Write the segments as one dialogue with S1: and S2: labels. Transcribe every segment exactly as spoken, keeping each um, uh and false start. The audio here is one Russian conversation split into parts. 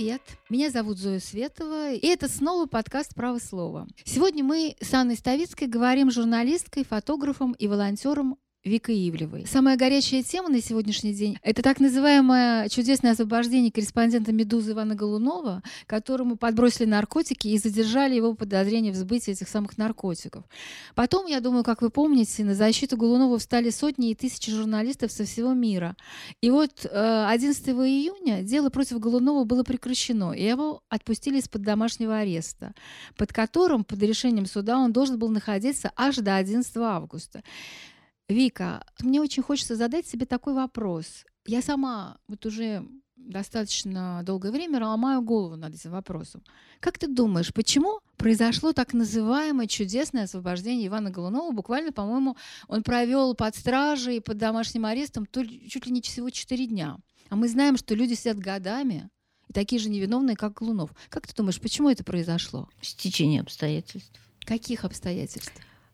S1: Привет, меня зовут Зоя Светова, и это снова подкаст «Право слова». Сегодня мы с Анной Ставицкой говорим с журналисткой, фотографом и волонтером Викой Ивлевой. Самая горячая тема на сегодняшний день – это так называемое чудесное освобождение корреспондента «Медузы» Ивана Голунова, которому подбросили наркотики и задержали его по подозрению в сбытии этих самых наркотиков. Потом, я думаю, как вы помните, на защиту Голунова встали сотни и тысячи журналистов со всего мира. И вот одиннадцатого июня дело против Голунова было прекращено, и его отпустили из-под домашнего ареста, под которым, под решением суда, он должен был находиться аж до одиннадцатого августа. Вика, мне очень хочется задать себе такой вопрос. Я сама вот уже достаточно долгое время ломаю голову над этим вопросом. Как ты думаешь, почему произошло так называемое чудесное освобождение Ивана Голунова? Буквально, по-моему, он провел под стражей и под домашним арестом чуть ли не всего четыре дня. А мы знаем, что люди сидят годами, и такие же невиновные, как Голунов. Как ты думаешь, почему это произошло?
S2: Стечение обстоятельств.
S1: Каких обстоятельств?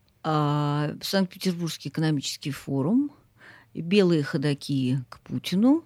S2: Санкт-Петербургский экономический форум, белые ходаки к Путину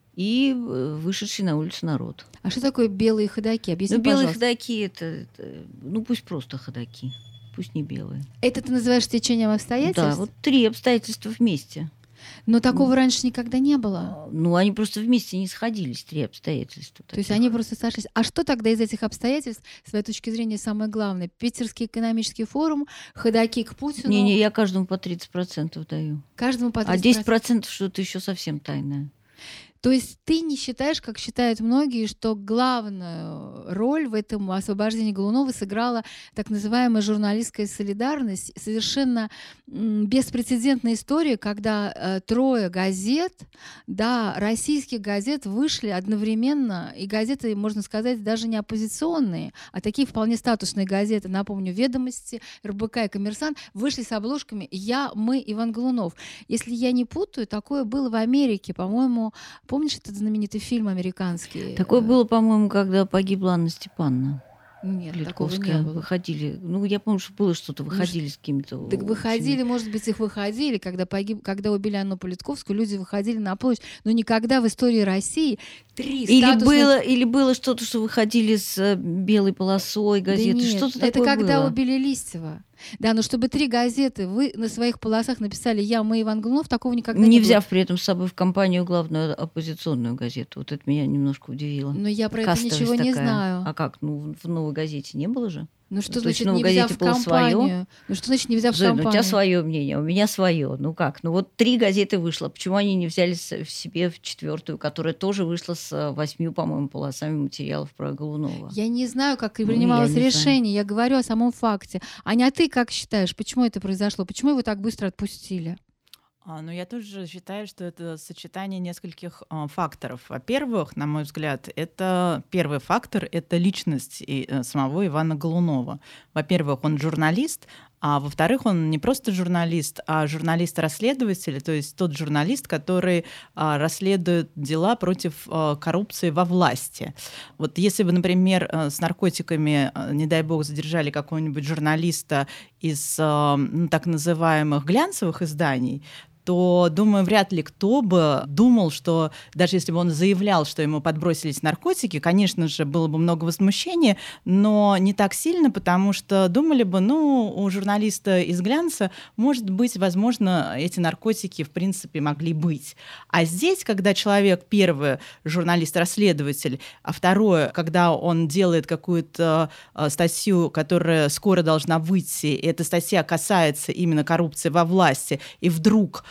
S2: и вышедший на улицу народ.
S1: А что такое белые ходаки? Объясни,
S2: ну, белые
S1: пожалуйста.
S2: ходаки это, это, ну пусть просто ходаки, пусть не белые.
S1: Это ты называешь стечением обстоятельств?
S2: Да, вот три обстоятельства вместе.
S1: Но такого раньше никогда не было.
S2: Ну, они просто вместе не сходились, три обстоятельства.
S1: То есть они просто сошлись. А что тогда из этих обстоятельств, с твоей точки зрения, самое главное? Питерский экономический форум, ходаки к Путину?
S2: Не-не, я каждому по тридцать процентов даю.
S1: Каждому по тридцать процентов?
S2: А десять процентов что-то еще совсем тайное.
S1: То есть ты не считаешь, как считают многие, что главную роль в этом освобождении Голунова сыграла так называемая журналистская солидарность, совершенно беспрецедентная история, когда э, трое газет, да, российских газет вышли одновременно, и газеты, можно сказать, даже не оппозиционные, а такие вполне статусные газеты, напомню, «Ведомости», эр бэ ка и «Коммерсант», вышли с обложками «Я, мы, Иван Голунов». Если я не путаю, такое было в Америке, по-моему. Помнишь этот знаменитый фильм американский?
S2: Такое было, по-моему, когда погибла Анна Степановна.
S1: Нет, такого не было.
S2: Выходили. Ну, я помню, что было что-то, выходили ну, с какими-то...
S1: Так выходили, может быть, их выходили, когда, погиб, когда убили Анну Политковскую, люди выходили на площадь. Но никогда в истории России три
S2: или
S1: статусных...
S2: было, или было что-то, что выходили с белой полосой газеты,
S1: да нет,
S2: что-то
S1: это
S2: такое
S1: когда
S2: было.
S1: убили Листьева. Да, но чтобы три газеты вы на своих полосах написали «Я, мы, Иван Голунов», такого никогда не,
S2: не
S1: было.
S2: Взяв при этом с собой в компанию главную оппозиционную газету. Вот это меня немножко удивило.
S1: Но я про
S2: Кастовость
S1: это ничего
S2: такая.
S1: не знаю.
S2: А как? Ну, в «Новой газете» не было же?
S1: Ну что
S2: То
S1: значит
S2: есть,
S1: не взяв в компанию?
S2: Свое?
S1: Ну что значит не взяв
S2: Зоя,
S1: в компанию?
S2: Ну, у тебя свое мнение, у меня свое. Ну как? Ну вот три газеты вышло. Почему они не взяли в себе в четвертую, которая тоже вышла с восьмью, по-моему, полосами материалов про Голунова?
S1: Я не знаю, как и
S2: Ну,
S1: принималось
S2: я
S1: решение. Я говорю о самом факте. Аня, а ты как считаешь, почему это произошло? Почему его так быстро отпустили?
S3: А, ну, я тоже считаю, что это сочетание нескольких а, факторов. Во-первых, на мой взгляд, это первый фактор — это личность и, а, самого Ивана Голунова. Во-первых, он журналист, а во-вторых, он не просто журналист, а журналист-расследователь, то есть тот журналист, который а, расследует дела против а, коррупции во власти. Вот если бы, например, с наркотиками, не дай бог, задержали какого-нибудь журналиста из а, ну, так называемых глянцевых изданий, то, думаю, вряд ли кто бы думал, что даже если бы он заявлял, что ему подбросились наркотики, конечно же, было бы много возмущения, но не так сильно, потому что думали бы, ну, у журналиста из глянца, может быть, возможно, эти наркотики, в принципе, могли быть. А здесь, когда человек, первый, журналист-расследователь, а второе, когда он делает какую-то статью, которая скоро должна выйти, и эта статья касается именно коррупции во власти, и вдруг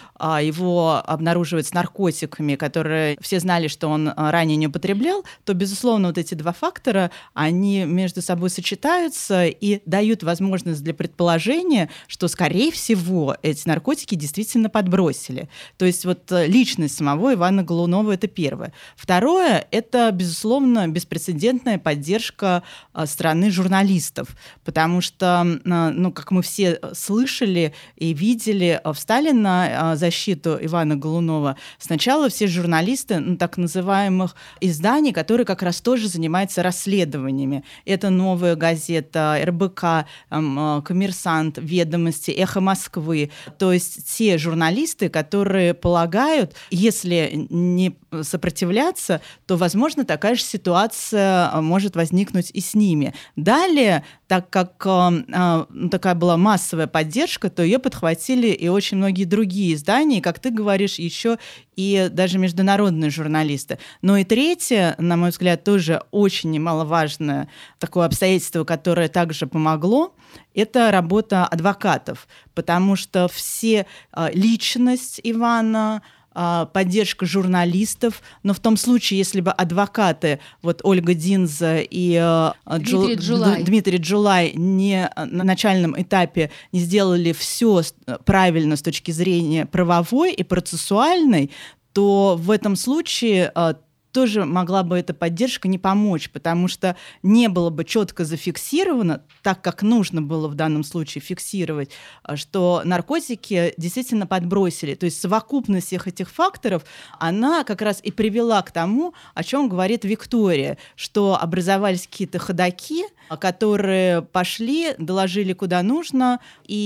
S3: его обнаруживают с наркотиками, которые все знали, что он ранее не употреблял, то, безусловно, вот эти два фактора, они между собой сочетаются и дают возможность для предположения, что, скорее всего, эти наркотики действительно подбросили. То есть вот личность самого Ивана Голунова — это первое. Второе — это, безусловно, беспрецедентная поддержка стороны журналистов, потому что, ну, как мы все слышали и видели, встали на э, защиту Ивана Голунова сначала все журналисты, ну, так называемых изданий, которые как раз тоже занимаются расследованиями. Это «Новая газета», эр бэ ка, э, «Коммерсант», «Ведомости», «Эхо Москвы». То есть те журналисты, которые полагают, если не сопротивляться, то, возможно, такая же ситуация может возникнуть и с ними. Далее, так как э, э, такая была массовая поддержка, то ее подхватили и очень многие другие издания, как ты говоришь, еще и даже международные журналисты. Но и третье, на мой взгляд, тоже очень немаловажное такое обстоятельство, которое также помогло, это работа адвокатов, потому что все э, личность Ивана, поддержка журналистов, но в том случае, если бы адвокаты, вот Ольга Динза и
S1: Дмитрий
S3: Джу,
S1: Джулай.
S3: Дмитрий Джулай не, на начальном этапе не сделали все правильно с точки зрения правовой и процессуальной, то в этом случае тоже могла бы эта поддержка не помочь, потому что не было бы четко зафиксировано, так как нужно было в данном случае фиксировать, что наркотики действительно подбросили. То есть совокупность всех этих факторов, она как раз и привела к тому, о чем говорит Виктория, что образовались какие-то ходаки, которые пошли, доложили куда нужно,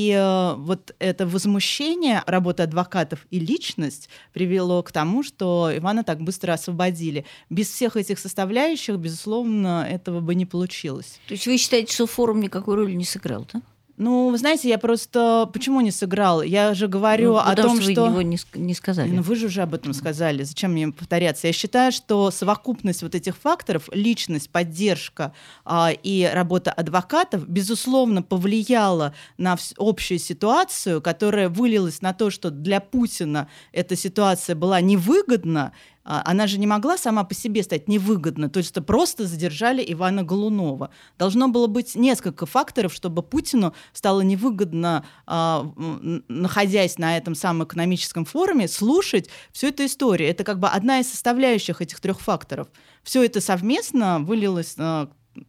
S3: и вот это возмущение работы адвокатов и личность привело к тому, что Ивана так быстро освободили. Без всех этих составляющих, безусловно, этого бы не получилось.
S2: То есть вы считаете, что форум никакой роли не сыграл, да?
S3: Ну, вы знаете, я просто... Почему не сыграл? Я же говорю
S2: ну,
S3: о том,
S2: что...
S3: что...
S2: вы его не, не сказали.
S3: Ну, вы же уже об этом mm. сказали. Зачем мне повторяться? Я считаю, что совокупность вот этих факторов, личность, поддержка а, и работа адвокатов, безусловно, повлияла на вс- общую ситуацию, которая вылилась на то, что для Путина эта ситуация была невыгодна. Она же не могла сама по себе стать невыгодна, то есть просто задержали Ивана Голунова. Должно было быть несколько факторов, чтобы Путину стало невыгодно, находясь на этом самом экономическом форуме, слушать всю эту историю. Это как бы одна из составляющих этих трех факторов. Все это совместно вылилось в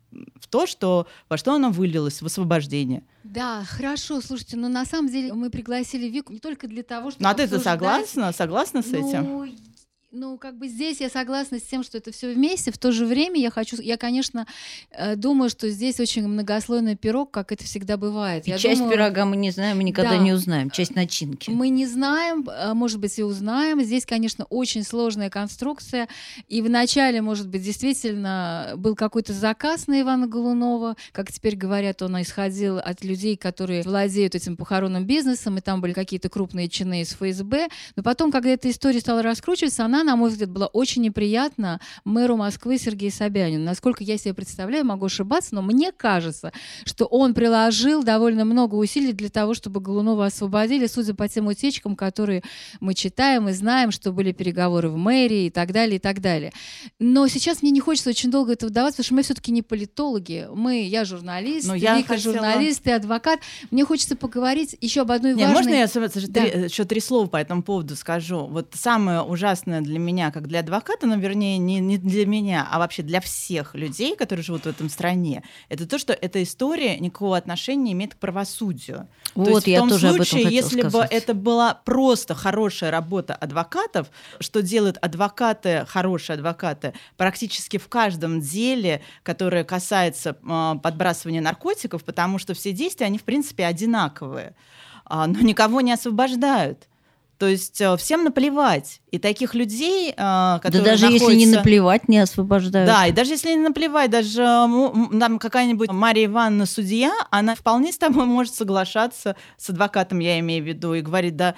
S3: то, что, во что оно вылилось, в освобождение.
S1: Да, хорошо, слушайте, но на самом деле мы пригласили Вику не только для того, чтобы...
S3: Ну, а ты-то согласна? Согласна с
S1: ну...
S3: этим?
S1: Ну, как бы здесь я согласна с тем, что это все вместе. В то же время я хочу, я, конечно, думаю, что здесь очень многослойный пирог, как это всегда бывает.
S2: И
S1: я
S2: часть
S1: думаю,
S2: пирога мы не знаем, мы никогда
S1: да,
S2: не узнаем, часть начинки.
S1: Мы не знаем, может быть, и узнаем. Здесь, конечно, очень сложная конструкция. И вначале, может быть, действительно был какой-то заказ на Ивана Голунова. Как теперь говорят, он исходил от людей, которые владеют этим похоронным бизнесом, и там были какие-то крупные чины из эф эс бэ. Но потом, когда эта история стала раскручиваться, она, на мой взгляд, было очень неприятно мэру Москвы Сергею Собянину. Насколько я себе представляю, могу ошибаться, но мне кажется, что он приложил довольно много усилий для того, чтобы Голунова освободили, судя по тем утечкам, которые мы читаем и знаем, что были переговоры в мэрии и так далее, и так далее. Но сейчас мне не хочется очень долго это вдаваться, потому что мы все-таки не политологи. Мы, я журналист, я Вика хотела... журналист, ты адвокат. Мне хочется поговорить еще об одной
S3: не,
S1: важной...
S3: Можно я три,
S1: да.
S3: еще три слова по этому поводу скажу? Вот самое ужасное для меня, как для адвоката, но, вернее, не, не для меня, а вообще для всех людей, которые живут в этом стране, это то, что эта история никакого отношения не имеет к правосудию.
S2: Вот,
S3: то есть
S2: я
S3: в том
S2: тоже
S3: случае,
S2: об этом
S3: если
S2: сказать.
S3: бы это была просто хорошая работа адвокатов, что делают адвокаты, хорошие адвокаты, практически в каждом деле, которое касается э, подбрасывания наркотиков, потому что все действия, они, в принципе, одинаковые, э, но никого не освобождают. То есть всем наплевать. И таких людей, которые
S2: Да даже
S3: находятся...
S2: если не наплевать, не освобождают.
S3: Да, и даже если не наплевать, даже там какая-нибудь Мария Ивановна судья, она вполне с тобой может соглашаться, с адвокатом я имею в виду, и говорит, да,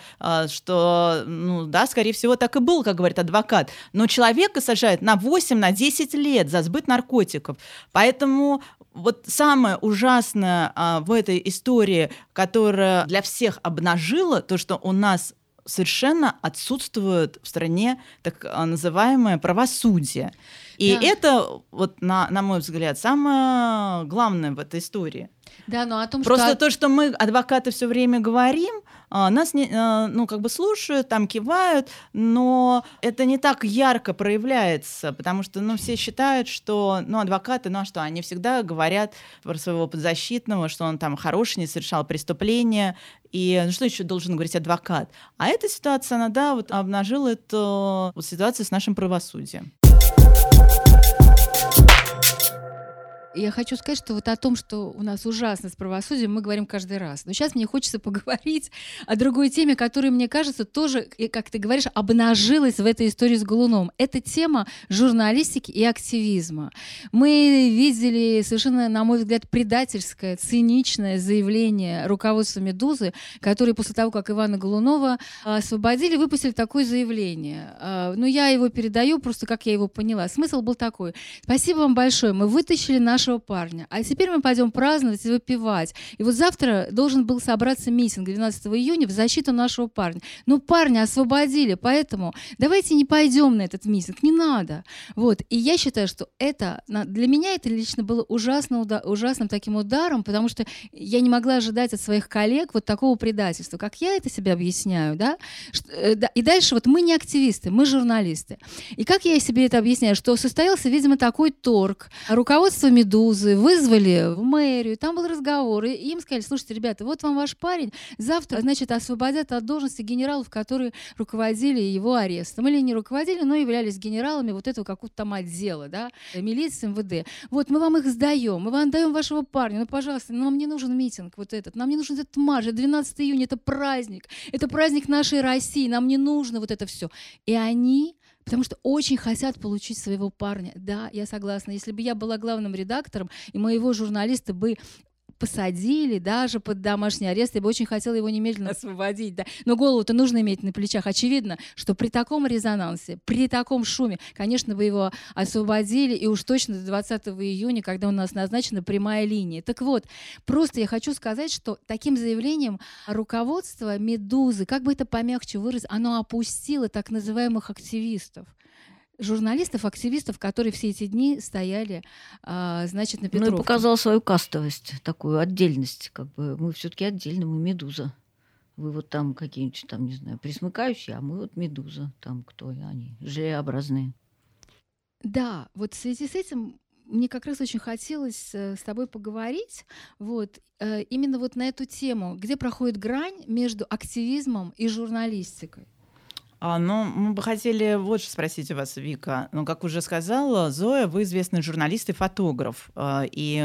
S3: что, ну да, скорее всего, так и было, как говорит адвокат. Но человека сажают на восемь, на десять лет за сбыт наркотиков. Поэтому вот самое ужасное а, в этой истории, которая для всех обнажила то, что у нас совершенно отсутствует в стране так называемое правосудие. И да. это, вот, на, на мой взгляд, самое главное в этой истории.
S1: Да, но о том,
S3: Просто
S1: что...
S3: то, что мы, адвокаты, все время говорим, нас не, ну, как бы слушают, там кивают, но это не так ярко проявляется, потому что, ну, все считают, что, ну, адвокаты, ну, а что, они всегда говорят про своего подзащитного, что он там хороший, не совершал преступления, и ну, что еще должен говорить адвокат? А эта ситуация, она, да, вот обнажила эту вот ситуацию с нашим правосудием.
S1: Я хочу сказать, что вот о том, что у нас ужасно с правосудием, мы говорим каждый раз. Но сейчас мне хочется поговорить о другой теме, которая, мне кажется, тоже, как ты говоришь, обнажилась в этой истории с Голуновым. Это тема журналистики и активизма. Мы видели совершенно, на мой взгляд, предательское, циничное заявление руководства «Медузы», которые после того, как Ивана Голунова освободили, выпустили такое заявление. Но я его передаю, просто как я его поняла. Смысл был такой. Спасибо вам большое, мы вытащили наш парня. А теперь мы пойдем праздновать и выпивать. И вот завтра должен был собраться митинг двенадцатого июня в защиту нашего парня. Но парня освободили, поэтому давайте не пойдем на этот митинг, не надо. Вот. И я считаю, что это, для меня это лично было ужасно, ужасным таким ударом, потому что я не могла ожидать от своих коллег вот такого предательства. Как я это себе объясняю, да? И дальше вот мы не активисты, мы журналисты. И как я себе это объясняю? Что состоялся, видимо, такой торг. Руководство «Медузы» вызвали в мэрию, там был разговор, и им сказали: слушайте, ребята, вот вам ваш парень, завтра, значит, освободят от должности генералов, которые руководили его арестом. Или не руководили, но являлись генералами вот этого какого-то там отдела, да, милиции, эм вэ дэ. Вот, мы вам их сдаем, мы вам отдаем вашего парня, ну, пожалуйста, нам не нужен митинг вот этот, нам не нужен этот марш, двенадцатого июня, это праздник, это праздник нашей России, нам не нужно вот это все. И они... Потому что очень хотят получить своего парня. Да, я согласна. Если бы я была главным редактором, и моего журналиста бы посадили даже под домашний арест, я бы очень хотела его немедленно освободить. Да. Но голову-то нужно иметь на плечах. Очевидно, что при таком резонансе, при таком шуме, конечно, бы его освободили, и уж точно до двадцатого июня, когда у нас назначена прямая линия. Так вот, просто я хочу сказать, что таким заявлением руководство «Медузы», как бы это помягче выразить, оно опустило так называемых активистов. Журналистов, активистов, которые все эти дни стояли, а, значит, на Петровке.
S2: Ну и показала свою кастовость, такую отдельность. Как бы мы все-таки отдельно, мы «Медуза». Вы вот там какие-нибудь, там, не знаю, присмыкающие, а мы вот «Медуза». Там кто они? Желеобразные.
S1: Да, вот в связи с этим мне как раз очень хотелось с тобой поговорить вот, именно вот на эту тему, где проходит грань между активизмом и журналистикой.
S3: А, ну, мы бы хотели вот что спросить у вас, Вика. Ну, как уже сказала Зоя, вы известный журналист и фотограф. И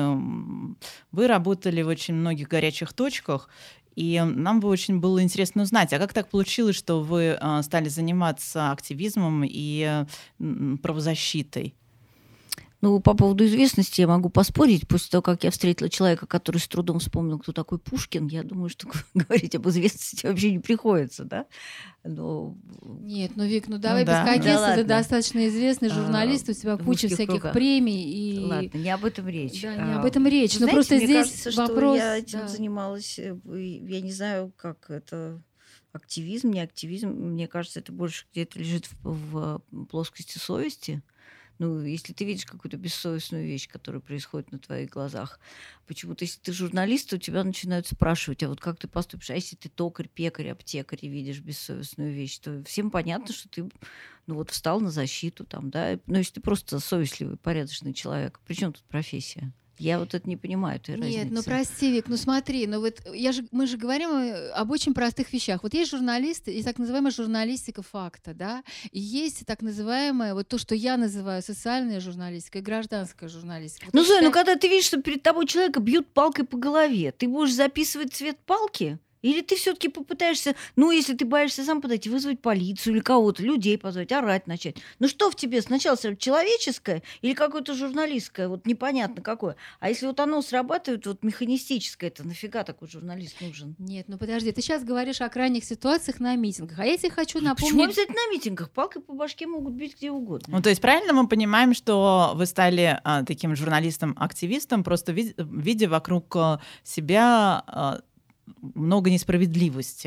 S3: вы работали в очень многих горячих точках. И нам бы очень было интересно узнать, а как так получилось, что вы стали заниматься активизмом и правозащитой?
S2: Ну, по поводу известности я могу поспорить. После того, как я встретила человека, который с трудом вспомнил, кто такой Пушкин, я думаю, что говорить об известности вообще не приходится, да? Но...
S1: Нет, ну, Вик, ну давай
S3: ну,
S1: без
S3: да.
S1: кокетства,
S2: да
S1: ты достаточно известный журналист, у тебя куча всяких
S2: кругах.
S1: премий. И...
S2: Ладно, не об этом речь.
S1: Да, не об этом речь, но
S2: Знаете,
S1: просто
S2: мне
S1: здесь
S2: кажется,
S1: вопрос...
S2: Что я этим
S1: да.
S2: занималась, я не знаю, как это... Активизм, не активизм. Мне кажется, это больше где-то лежит в, в плоскости совести. Ну, если ты видишь какую-то бессовестную вещь, которая происходит на твоих глазах, почему-то, если ты журналист, то тебя начинают спрашивать, а вот как ты поступишь? А если ты токарь, пекарь, аптекарь и видишь бессовестную вещь, то всем понятно, что ты ну, вот, встал на защиту. Там, да? Но если ты просто совестливый, порядочный человек, при чем тут профессия? Я вот это не понимаю, этой разницы.
S1: Нет, ну прости, Вик, ну смотри, ну вот я же, мы же говорим об очень простых вещах. Вот есть журналисты, есть так называемая журналистика факта, да, и есть так называемая, вот то, что я называю социальная журналистика и гражданская журналистика. Вот
S2: ну, Зоя,
S1: считаю...
S2: ну когда ты видишь, что перед тобой человека бьют палкой по голове, ты будешь записывать цвет палки? Или ты все-таки попытаешься, ну, если ты боишься сам подойти, вызвать полицию или кого-то, людей позвать, орать начать. Ну, что в тебе сначала человеческое или какое-то журналистское, вот непонятно какое. А если вот оно срабатывает, вот механистическое, это нафига такой журналист нужен?
S1: Нет, ну подожди, ты сейчас говоришь о крайних ситуациях на митингах, а я тебе хочу напомнить...
S2: Почему обязательно на митингах? Палкой по башке могут бить где угодно.
S3: Ну, то есть правильно мы понимаем, что вы стали а, таким журналистом-активистом, просто видя вокруг себя... А, много несправедливости.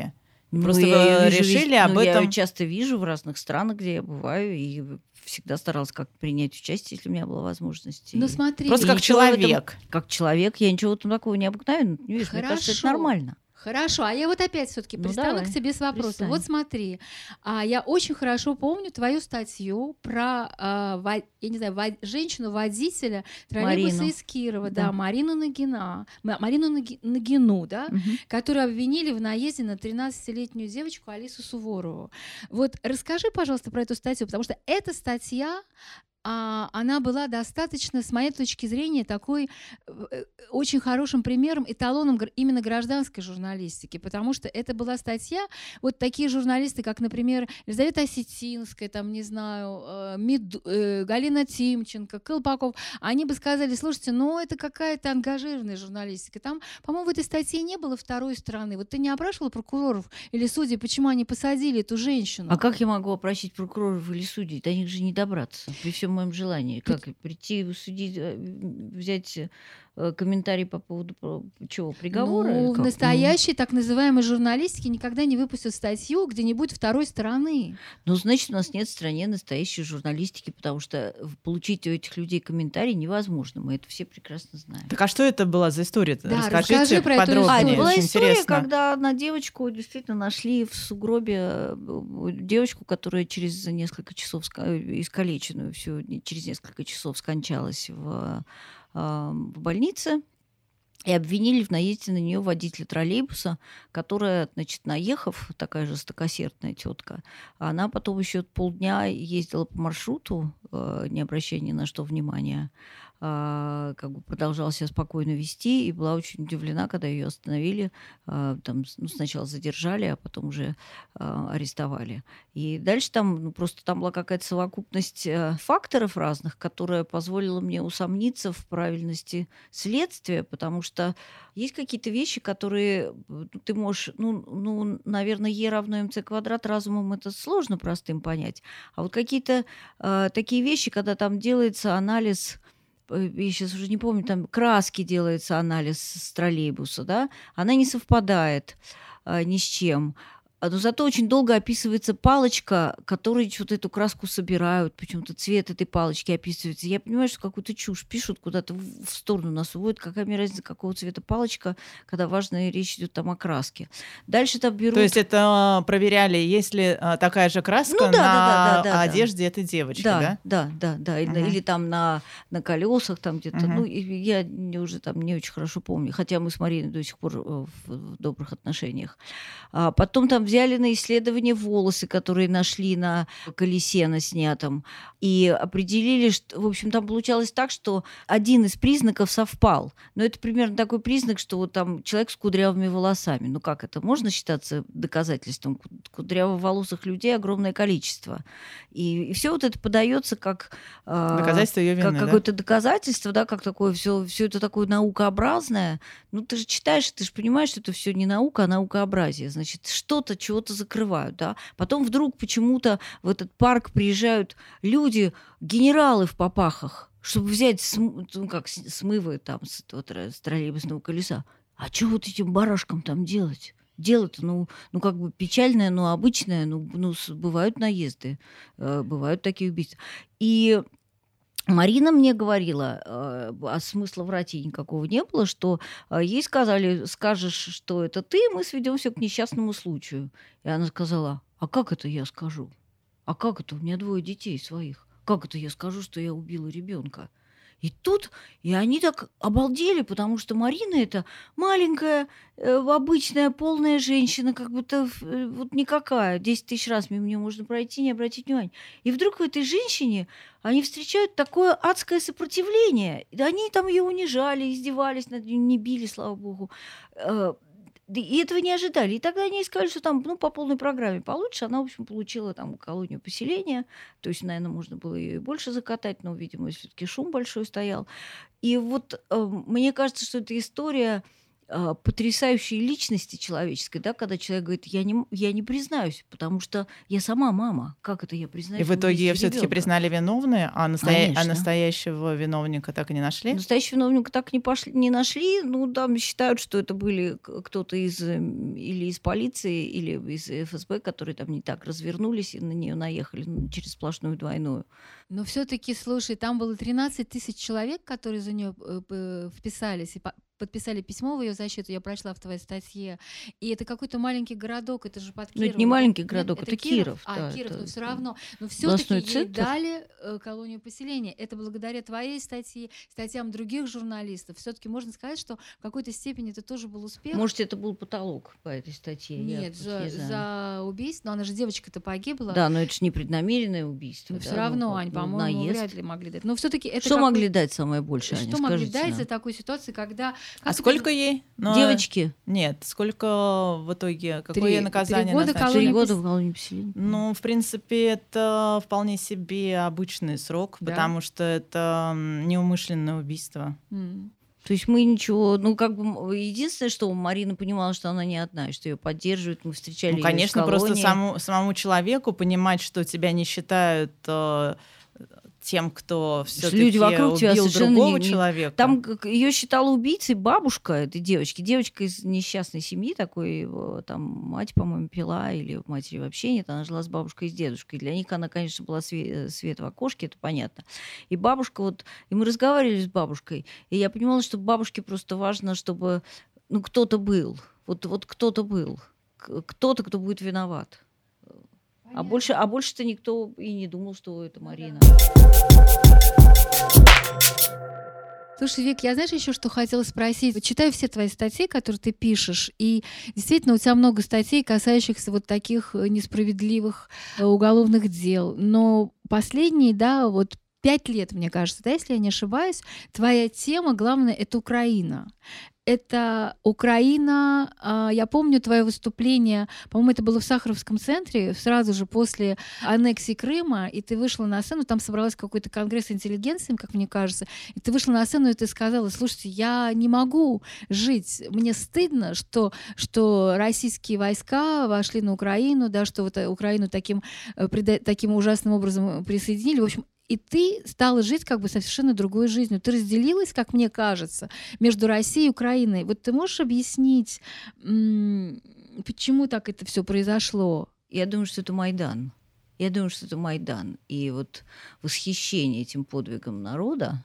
S2: Ну,
S3: Просто
S2: я
S3: вы
S2: её вижу
S3: решили
S2: вез-
S3: об
S2: ну, я
S3: этом...
S2: её часто вижу в разных странах, где я бываю, и всегда старалась как-то принять участие, если у меня была возможность.
S1: Ну
S2: И
S1: смотри,
S3: Просто
S2: и
S3: как
S2: ничего в этом-
S3: человек.
S2: как человек, я ничего в этом такого необыкновенного не вижу. Мне кажется, это
S1: Хорошо.
S2: нормально.
S1: Хорошо, а я вот опять все-таки
S2: Ну,
S1: пристану
S2: давай,
S1: к тебе с вопросом.
S2: пристань.
S1: Вот смотри, а, я очень хорошо помню твою статью про а, во- я не знаю, во- женщину-водителя троллейбуса
S2: Марину.
S1: из Кирова, да,
S2: Да.
S1: Марину Нагина, Ма- Марину Наги- Нагину, да,
S2: Мгм.
S1: которую обвинили в наезде на тринадцатилетнюю девочку Алису Суворову. Вот расскажи, пожалуйста, про эту статью, потому что эта статья, а, она была достаточно, с моей точки зрения, такой э, очень хорошим примером, эталоном гр- именно гражданской журналистики, потому что это была статья, вот такие журналисты, как, например, Елизавета Осетинская, там, не знаю, э, Мид- э, Галина Тимченко, Колпаков, они бы сказали, слушайте, ну это какая-то ангажированная журналистика. Там, по-моему, в этой статье не было второй стороны. Вот ты не опрашивала прокуроров или судей, почему они посадили эту женщину?
S2: А как я могу опросить прокуроров или судей? До них же не добраться при всем моем желании. Как прийти, судить, э, взять э, комментарий по поводу про- чего? Приговора? или
S1: Ну, в
S2: как?
S1: настоящей так называемой журналистике никогда не выпустят статью, где не будет второй стороны.
S2: Ну, ну, значит, у нас нет в стране настоящей журналистики, потому что в- получить у этих людей комментарий невозможно. Мы это все прекрасно знаем.
S3: Так а что это была за история?
S1: Да,
S3: Расскажите
S1: расскажи про эту
S3: подробнее.
S2: А, это
S1: историю.
S2: была
S3: Очень
S2: история,
S3: интересно.
S2: когда одна девочку действительно нашли в сугробе, э, девочку, которая через несколько часов ска- искалеченную всю, через несколько часов скончалась в, э, в больнице. И обвинили в наезде на нее водителя троллейбуса, которая, значит, наехав, такая жестокосердная тетка, она потом еще полдня ездила по маршруту, э, не обращая ни на что внимания, а, как бы продолжала себя спокойно вести, и была очень удивлена, когда ее остановили. а, Там, с- ну, сначала задержали, а потом уже а, арестовали. И дальше там, ну, просто там была какая-то совокупность э, факторов разных, которая позволила мне усомниться в правильности следствия, потому что есть какие-то вещи, которые э, ты можешь, ну, ну, наверное, Е равно МЦ квадрат, разумом это сложно простым понять. А вот какие-то э, такие вещи, когда там делается анализ, э, я сейчас уже не помню, там краски делается анализ с троллейбуса, да, она не совпадает э, ни с чем. А, Но зато очень долго описывается палочка, которой вот эту краску собирают, почему-то цвет этой палочки описывается. Я понимаю, что какую-то чушь пишут, куда-то в в сторону нас уводят. Какая мне разница, какого цвета палочка, когда важная речь идет там о краске. Дальше там берут...
S3: То есть это проверяли, есть ли а, такая же краска
S2: Ну да, да, да,
S3: на
S2: да, да, да.
S3: одежде этой девочки,
S2: Да,
S3: да?
S2: да, да, да. Или,
S3: Мгм.
S2: или там на, на колесах, там где-то.
S3: Мгм.
S2: Ну, и я не- уже там не очень хорошо помню. Хотя мы с Мариной до сих пор э, в, в добрых отношениях. А потом там взяли на исследование волосы, которые нашли на колесе на снятом. И определили, что, в общем, там получалось так, что один из признаков совпал. Но это примерно такой признак, что вот там человек с кудрявыми волосами. Ну как это? Можно считаться доказательством? Ку- Кудрявоволосых людей огромное количество. И, все вот это подается как, а,
S3: Доказательство ее
S2: как
S3: вины, да?
S2: какое-то доказательство, да, как такое все, все это такое наукообразное. Ну ты же читаешь, ты же понимаешь, что это все не наука, а наукообразие. Значит, что-то чего-то закрывают, да. Потом вдруг почему-то в этот парк приезжают люди, генералы в попахах, чтобы взять см- ну, как, с- смывы там с, этого тро- с троллейбусного колеса. А что вот этим барашкам там делать? Дело-то, ну, ну, как бы печальное, но обычное. Ну, ну, с- бывают наезды, э, бывают такие убийства. И Марина мне говорила, э, а смысла врать ей никакого не было, что э, ей сказали, скажешь, что это ты, мы сведем все к несчастному случаю. И она сказала, а как это я скажу? А как это? У меня двое детей своих. Как это я скажу, что я убила ребенка? И тут, и они так обалдели, потому что Марина это маленькая, э, обычная, полная женщина, как будто э, вот никакая. Десять тысяч раз мимо нее можно пройти, не обратить внимания. И вдруг в этой женщине они встречают такое адское сопротивление. И они там ее унижали, издевались над ней, не били, слава богу. Э, да и этого не ожидали. И тогда они сказали, что там, ну, по полной программе получше. Она, в общем, получила там колонию поселения. То есть, наверное, можно было ее и больше закатать, но, видимо, все-таки шум большой стоял. И вот э, мне кажется, что эта история а, потрясающей личности человеческой, да, когда человек говорит, я не, я не признаюсь, потому что я сама мама. Как это я признаюсь?
S3: И в итоге ее все-таки признали виновной, а, настоя... а настоящего виновника так и не нашли?
S2: Настоящего виновника так не, пошли, не нашли. Ну, там считают, что это были кто-то из или из полиции, или из эф эс бэ, которые там не так развернулись и на нее наехали ну, через сплошную двойную.
S1: Но все-таки, слушай, там было тринадцать тысяч человек, которые за нее вписались и подписали письмо в ее защиту. Я прочла в твоей статье. И это какой-то маленький городок, это же под Кировом.
S2: Ну, это не маленький городок,
S1: Нет,
S2: это, это Киров. Киров.
S1: А,
S2: да,
S1: Киров,
S2: это...
S1: но все равно. Но все-таки ей
S2: центр.
S1: дали э, колонию поселения. Это благодаря твоей статье, статьям других журналистов. Все-таки можно сказать, что в какой-то степени это тоже был успех.
S2: Может, это был потолок по этой статье?
S1: Нет, за,
S2: не
S1: за убийство. Но она же девочка-то погибла.
S2: Да, но это же непреднамеренное убийство.
S1: Но
S2: да,
S1: все равно,
S2: ну,
S1: Ань,
S2: ну,
S1: по-моему,
S2: наезд.
S1: вряд ли могли дать. Но все-таки это
S2: что
S1: какой...
S2: могли дать самое большее,
S1: Что
S2: Аня,
S1: могли
S2: скажите
S1: дать
S2: нам?
S1: за такой ситуации, когда...
S3: А сколько это... ей?
S2: Но... Девочки.
S3: Нет, сколько в итоге, какое
S1: три,
S3: ей наказание?
S1: Три года
S3: назначили?
S2: Три года в колонии поселения.
S3: Ну, в принципе, это вполне себе обычный срок, да? Потому что это неумышленное убийство.
S1: Mm.
S2: То есть мы ничего, ну как бы единственное, что Марина понимала, что она не одна, что ее поддерживают, мы встречали
S3: ну,
S2: ее
S3: конечно,
S2: в колонии.
S3: просто саму, самому человеку понимать, что тебя не считают э, тем, кто все-таки
S2: люди вокруг тебя
S3: убил другого
S2: не, не...
S3: человека.
S2: Там ее считала убийцей бабушка этой девочки, девочка из несчастной семьи такой, там мать, по-моему, пила или матери вообще нет, она жила с бабушкой и с дедушкой. Для них она, конечно, была свет, свет в окошке, это понятно. И бабушка вот, и мы разговаривали с бабушкой, и я понимала, что бабушке просто важно, чтобы ну кто-то был, вот вот кто-то был, кто-то, кто будет виноват. А больше, а больше-то никто и не думал, что это Марина.
S1: Слушай, Вик, я знаешь еще, что хотела спросить? Читаю все твои статьи, которые ты пишешь, и действительно у тебя много статей, касающихся вот таких несправедливых уголовных дел. Но последние, да, вот пять лет, мне кажется, да, если я не ошибаюсь, твоя тема, главное, это Украина. Это Украина, я помню твое выступление, по-моему, это было в Сахаровском центре, сразу же после аннексии Крыма, и ты вышла на сцену, там собралась какой-то конгресс интеллигенции, как мне кажется, и ты вышла на сцену, и ты сказала, слушайте, я не могу жить, мне стыдно, что, что российские войска вошли на Украину, да, что вот Украину таким, таким ужасным образом присоединили, в общем, и ты стала жить как бы совершенно другой жизнью. Ты разделилась, как мне кажется, между Россией и Украиной. Вот ты можешь объяснить, почему так это все произошло?
S2: Я думаю, что это Майдан. Я думаю, что это Майдан. И вот восхищение этим подвигом народа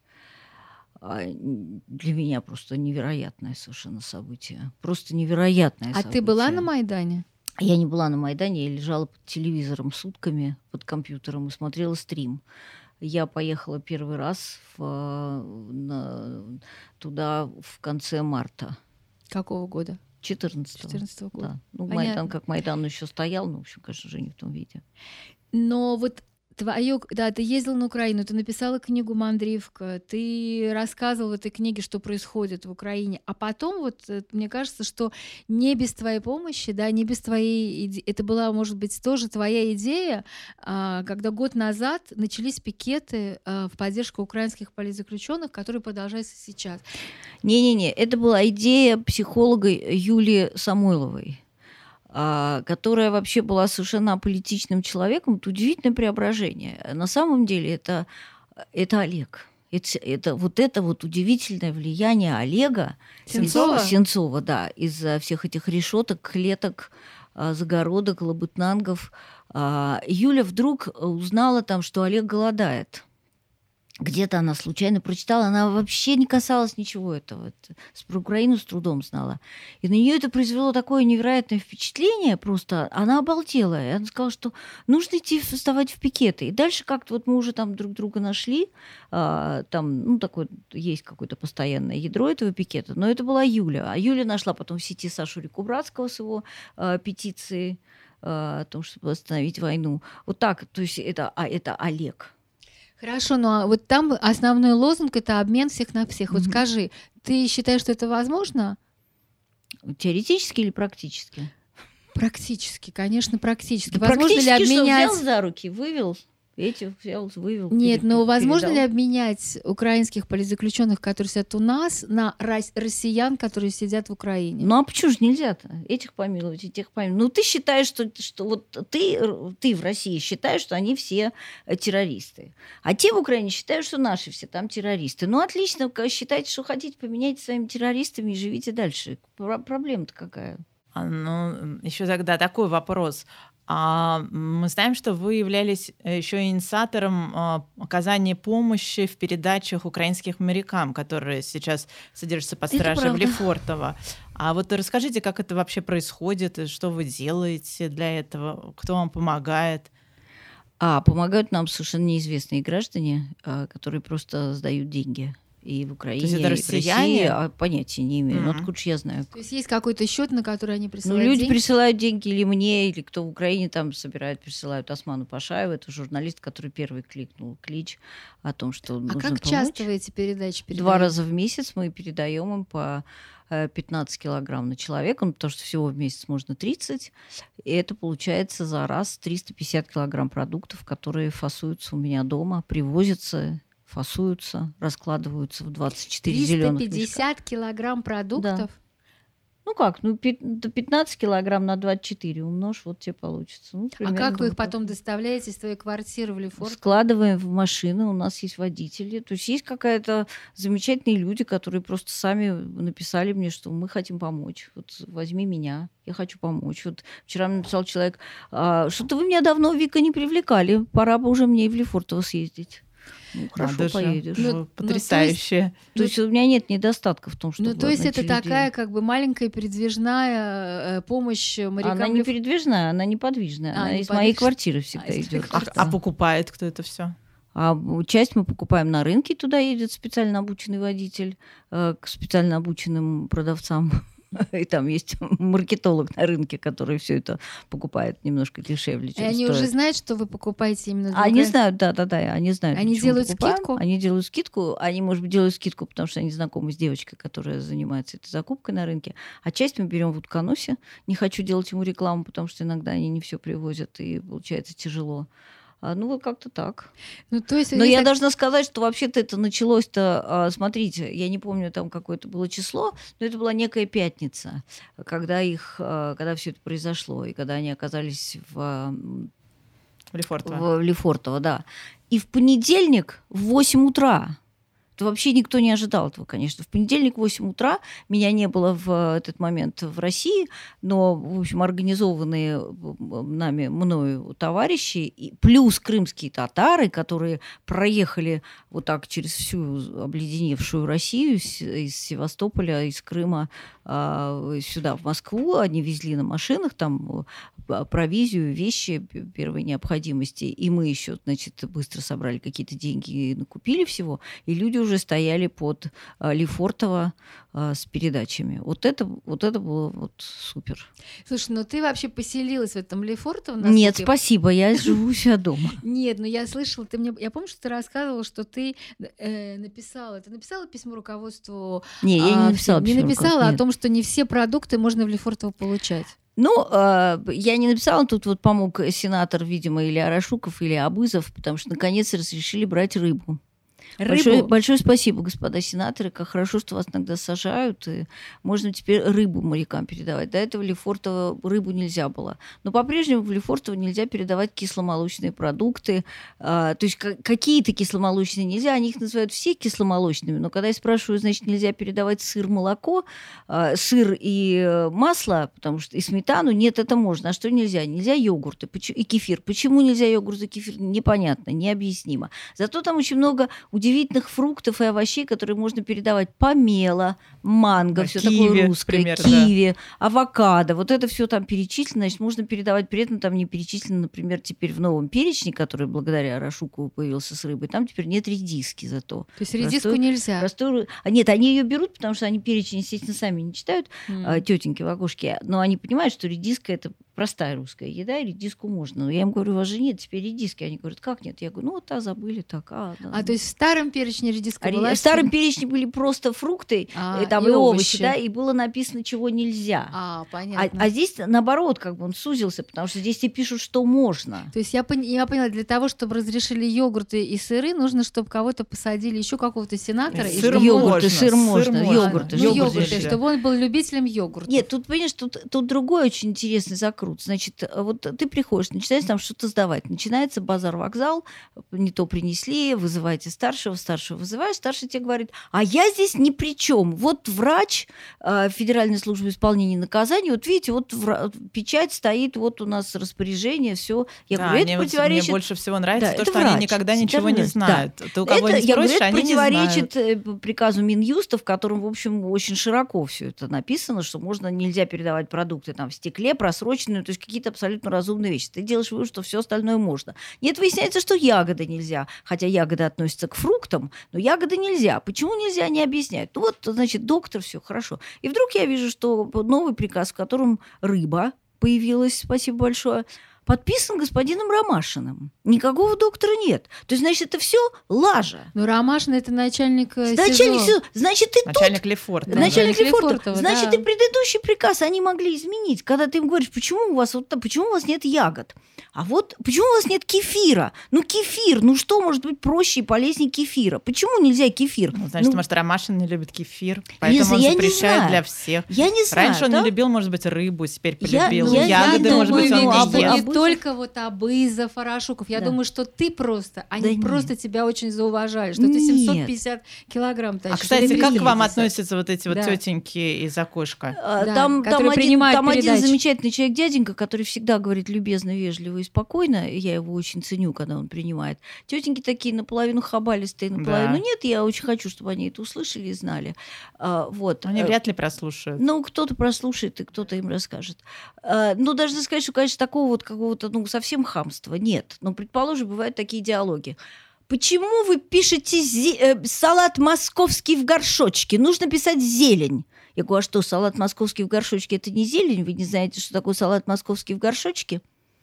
S2: для меня просто невероятное совершенно событие. Просто невероятное
S1: а
S2: событие.
S1: А ты была на Майдане?
S2: Я не была на Майдане, я лежала под телевизором сутками, под компьютером и смотрела стрим. Я поехала первый раз в, на, туда в конце марта.
S1: Какого года?
S2: четырнадцатого.
S1: четырнадцатого года.
S2: Да. Ну,
S1: Понятно.
S2: Майдан, как Майдан еще стоял, ну, в общем, конечно же, не в том виде.
S1: Но вот твое, да, ты ездила на Украину, ты написала книгу «Мандривка», ты рассказывала в этой книге, что происходит в Украине, а потом вот мне кажется, что не без твоей помощи, да, не без твоей идеи, это была, может быть, тоже твоя идея, когда год назад начались пикеты в поддержку украинских политзаключенных, которые продолжаются сейчас.
S2: Не-не-не, это была идея психолога Юлии Самойловой, которая вообще была совершенно аполитичным человеком. Это удивительное преображение. На самом деле это, это Олег. Это, это вот это вот удивительное влияние Олега
S1: Сенцова,
S2: из, Сенцова да, из-за всех этих решеток, клеток, загородок, лабытнангов. Юля вдруг узнала там, что Олег голодает. Где-то она случайно прочитала, она вообще не касалась ничего этого. Про Украину с трудом знала. И на нее это произвело такое невероятное впечатление, просто она обалдела. И она сказала, что нужно идти вставать в пикеты. И дальше как-то вот мы уже там друг друга нашли. А, там, ну, такое, есть какое-то постоянное ядро этого пикета. Но это была Юля. А Юля нашла потом в сети Сашу Рикубратского с его а, петицией а, о том, чтобы остановить войну. Вот так, то есть это, а, это Олег.
S1: Хорошо, но вот там основной лозунг — это обмен всех на всех. Вот mm-hmm. скажи, ты считаешь, что это возможно?
S2: Теоретически или практически?
S1: Практически, конечно, практически.
S2: Да
S1: возможно
S2: практически,
S1: ли обменять...
S2: что взял за руки, вывел Этих взял, вывел.
S1: Нет,
S2: пере-
S1: но возможно
S2: передал.
S1: ли обменять украинских политзаключенных, которые сидят у нас, на рос- россиян, которые сидят в Украине?
S2: Ну а почему же нельзя-то? Этих помиловать, этих помиловать. Ну ты считаешь, что, что вот ты, ты в России считаешь, что они все э, террористы. А те в Украине считают, что наши все там террористы. Ну отлично, к- считайте, что хотите, поменяйте своими террористами и живите дальше. Про- Проблема-то какая?
S3: А, ну, еще тогда такой вопрос. А, мы знаем, что вы являлись еще инициатором а, оказания помощи в передачах украинским морякам, которые сейчас содержатся под
S2: Это
S3: стражей в
S2: правда.
S3: Лефортово. А вот расскажите, как это вообще происходит, и что вы делаете для этого, кто вам помогает?
S2: А помогают нам совершенно неизвестные граждане, а, которые просто сдают деньги. И в Украине,
S3: это
S2: и в
S3: россияне?
S2: России, а понятия не имею. Ну,
S3: Мгм.
S2: откуда ж я знаю?
S1: То есть есть какой-то счет, на который они
S2: Ну,
S1: присылают
S2: люди
S1: деньги?
S2: присылают деньги или мне, или кто в Украине там собирает, присылают Осману Пашаеву. Это журналист, который первый кликнул клич о том, что
S1: А
S2: нужно
S1: как
S2: помочь.
S1: часто вы эти передачи передаете?
S2: Два раза в месяц мы передаем им по э, пятнадцать килограмм на человека, ну, потому что всего в месяц можно тридцать. И это получается за раз триста пятьдесят килограмм продуктов, которые фасуются у меня дома, привозятся, фасуются, раскладываются в двадцать четыре
S1: триста
S2: зеленых мешка.
S1: пятьдесят килограмм продуктов?
S2: Ну как, ну пи- до пятнадцать килограмм на двадцать четыре умножь, вот тебе получится. Ну,
S1: А
S2: примерно
S1: как вы их
S2: вот так.
S1: потом доставляете из твоей квартиры в Лефорт?
S2: Складываем в машины, у нас есть водители. То есть есть какая-то замечательные люди, которые просто сами написали мне, что мы хотим помочь. Вот возьми меня, я хочу помочь. Вот вчера мне написал человек, «А, что-то вы меня давно, Вика, не привлекали, пора бы уже мне и в Лефортово съездить. Ну, хорошо,
S3: Надо же.
S2: поедешь.
S1: Ну,
S3: Вы
S1: ну, то есть-
S3: потрясающие.
S2: То есть у меня нет недостатка в том, что
S1: Ну, то есть это такая как бы маленькая передвижная э, помощь морякам.
S2: Она не
S1: Леф-
S2: передвижная, она неподвижная.
S1: А,
S2: Она из
S1: неподвижная.
S2: моей квартиры всегда
S1: А, из твоей
S2: идет.
S3: А,
S1: квартиры.
S3: а покупает кто это все?
S2: А часть мы покупаем на рынке, туда едет специально обученный водитель э, к специально обученным продавцам. И там есть маркетолог на рынке, который все это покупает немножко дешевле,
S1: И
S2: чем
S1: они
S2: стоит.
S1: уже знают, что вы покупаете именно для
S2: Они
S1: украин-
S2: знают, да-да-да, они знают.
S1: Они
S2: почему
S1: делают
S2: покупаем.
S1: скидку?
S2: Они делают скидку. Они, может быть, делают скидку, потому что они знакомы с девочкой, которая занимается этой закупкой на рынке. А часть мы берем в Утконосе. Не хочу делать ему рекламу, потому что иногда они не все привозят, и получается тяжело. А, ну, вот как-то так.
S1: Ну, то есть,
S2: Но
S1: есть
S2: я
S1: так-
S2: должна сказать, что вообще-то это началось-то, а, смотрите, я не помню, там какое-то было число, но это была некая пятница, когда их, а, когда все это произошло, и когда они оказались в, а,
S3: В Лефортово.
S2: в Лефортово, да. И в понедельник в восемь утра, это вообще никто не ожидал этого, конечно. В понедельник в восемь утра меня не было в этот момент в России, но, в общем, организованные нами, мною товарищи, и плюс крымские татары, которые проехали вот так через всю обледеневшую Россию с- из Севастополя, из Крыма а, сюда, в Москву. Они везли на машинах там а, провизию, вещи п- первой необходимости. И мы еще, значит, быстро собрали какие-то деньги и накупили всего. И люди уже стояли под а, Лефортово а, с передачами. Вот это, вот это было вот супер.
S1: Слушай, ну ты вообще поселилась в этом Лефортово?
S2: Нет,
S1: насколько я-
S2: спасибо, я живу у себя дома.
S1: Нет, ну я слышала, ты мне, я помню, что ты рассказывала, что ты э, написала, ты написала письмо руководству,
S2: Не, я
S1: а,
S2: не написала
S1: не
S2: письмо
S1: написала
S2: руководству,
S1: о
S2: нет.
S1: том, что не все продукты можно в Лефортово получать.
S2: Ну, э, я не написала, тут вот помог сенатор, видимо, или Арашуков, или Абызов, потому что наконец разрешили брать рыбу. Большое,
S1: Рыбу?
S2: большое спасибо, господа сенаторы, как хорошо, что вас иногда сажают, и можно теперь рыбу морякам передавать. До этого в Лефортово рыбу нельзя было. Но по-прежнему в Лефортово нельзя передавать кисломолочные продукты. А, то есть к- какие-то кисломолочные нельзя, они их называют все кисломолочными, но когда я спрашиваю, значит, нельзя передавать сыр, молоко, а, сыр и э, масло, потому что и сметану, нет, это можно. А что нельзя? Нельзя йогурты почему- и кефир. Почему нельзя йогурт и кефир? Непонятно, необъяснимо. Зато там очень много удивительных фруктов и овощей, которые можно передавать: помело, манго,
S3: Да,
S2: все
S3: киви,
S2: такое русское,
S3: например, да.
S2: киви, авокадо. Вот это все там перечислено, значит, можно передавать. При этом там не перечислено, например, теперь в новом перечне, который благодаря Рашукову появился с рыбой, там теперь нет редиски зато.
S1: То есть редиску
S2: Простой-
S1: нельзя.
S2: Простую... А нет, они ее берут, потому что они перечень, естественно, сами не читают,
S1: М.
S2: а, тетеньки в окошке, но они понимают, что редиска это простая русская еда, и редиску можно. Но я им говорю, у вас же нет теперь редиски. Они говорят, как нет? Я говорю, ну вот, а, забыли так. А, да.
S1: А то есть в старом перечне редиска
S2: А,
S1: была?
S2: в старом перечне были просто фрукты
S1: а,
S2: и, там,
S1: и,
S2: и овощи,
S1: овощи,
S2: да, и было написано, чего нельзя.
S1: А,
S2: А,
S1: понятно.
S2: а здесь, наоборот, как бы он сузился, потому что здесь тебе пишут, что можно.
S1: То есть я, пон- я поняла, для того, чтобы разрешили йогурты и сыры, нужно, чтобы кого-то посадили, еще какого-то сенатора.
S3: И
S1: и
S3: сыр
S1: чтобы-
S2: йогурты,
S3: можно,
S2: сыр можно,
S3: можно.
S2: йогурты,
S1: Ну,
S2: йогурты
S1: йогурты,
S2: нельзя.
S1: чтобы он был любителем йогурта.
S2: Нет, тут, понимаешь, тут, тут другой очень интересный закрут. Значит, вот ты приходишь, начинаешь там что-то сдавать. Начинается базар-вокзал, не то принесли, вызываете старшего, старшего вызываешь, старший тебе говорит, а я здесь ни при чем. Вот врач э, Федеральной службы исполнения наказаний, вот видите, вот вра- печать стоит, вот у нас распоряжение, все. Я
S3: Да,
S2: говорю,
S3: они
S2: это
S3: вот-
S2: противоречит...
S3: Мне больше всего нравится
S2: Да,
S3: то,
S2: это
S3: что
S2: врач,
S3: они никогда ничего не
S2: да.
S3: знают. Ты у кого
S2: Это,
S3: не
S2: я говорю,
S3: спросишь,
S2: это
S3: они не знают.
S2: противоречит э, приказу Минюста, в котором, в общем, очень широко все это написано, что можно, нельзя передавать продукты там в стекле, просроченные, то есть какие-то абсолютно разумные вещи. Ты делаешь вывод, что все остальное можно. Нет, выясняется, что ягоды нельзя, хотя ягоды относятся к фруктам, но ягоды нельзя. Почему нельзя, не объясняют. Ну вот, значит, доктор, все хорошо. И вдруг я вижу, что новый приказ, в котором рыба появилась, спасибо большое, подписан господином Ромашиным. Никакого доктора нет. То есть, значит, это все лажа.
S1: Ну, Ромашин — это начальник э,
S2: Начальник
S1: СИЗО.
S2: СИЗО. Значит, и
S3: Начальник Лефорта.
S1: Да.
S3: да.
S2: Начальник
S1: Начальник
S2: Лефортова.
S1: Лефортова,
S2: Значит,
S1: да.
S2: и предыдущий приказ они могли изменить, когда ты им говоришь, почему у вас вот, почему у вас нет ягод, а вот почему у вас нет кефира? Ну кефир, ну что может быть проще и полезнее кефира? Почему нельзя кефир?
S3: Ну, значит,
S2: Ну,
S3: может, Ромашин не любит кефир, поэтому он
S2: я не
S3: запрещает
S2: знаю.
S3: для всех.
S2: я не знаю.
S3: Раньше он
S2: да?
S3: не любил, может быть, рыбу, теперь
S2: Я-
S3: полюбил.
S2: ну, я-
S3: Ягоды,
S2: я
S3: может быть,
S2: думаю,
S3: он
S2: ну,
S3: не
S2: об-
S3: ест.
S1: не только вот Абыза, Фарашуков. Я
S2: Да.
S1: думаю, что ты просто, они
S2: Да
S1: просто
S2: нет.
S1: тебя очень зауважали, что ты
S2: Нет.
S1: семьсот пятьдесят килограмм тащишь.
S3: А, кстати,
S1: или
S3: как к
S1: триста
S3: вам
S1: пятьдесят.
S3: относятся вот эти вот
S1: Да.
S3: тетеньки из окошка?
S2: А,
S1: Да,
S2: Там, там,
S1: который
S2: один,
S1: принимает
S2: там один
S1: передачи.
S2: замечательный человек, дяденька, который всегда говорит любезно, вежливо и спокойно. Я его очень ценю, когда он принимает. Тетеньки такие наполовину хабалистые, наполовину
S3: Да.
S2: нет. Я очень хочу, чтобы они это услышали и знали. А, вот.
S3: Они
S2: Э,
S3: вряд ли прослушают.
S2: Ну, кто-то прослушает, и кто-то им расскажет. А, ну, должна сказать, что, конечно, такого вот какого-то, ну, совсем хамства нет. Но, предположим, бывают такие диалоги. Почему вы пишете зе- э, салат московский в горшочке? Нужно писать зелень. Я говорю, а что, салат московский в горшочке – это не зелень? Вы не знаете, что такое салат московский в горшочке?